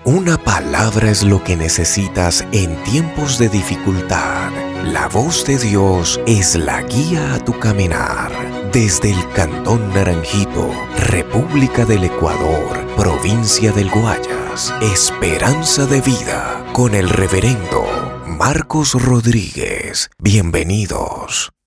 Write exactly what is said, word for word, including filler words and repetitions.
Una palabra es lo que necesitas en tiempos de dificultad. La voz de Dios es la guía a tu caminar. Desde el Cantón Naranjito, República del Ecuador, Provincia del Guayas, Esperanza de Vida, con el reverendo Marcos Rodríguez. Bienvenidos.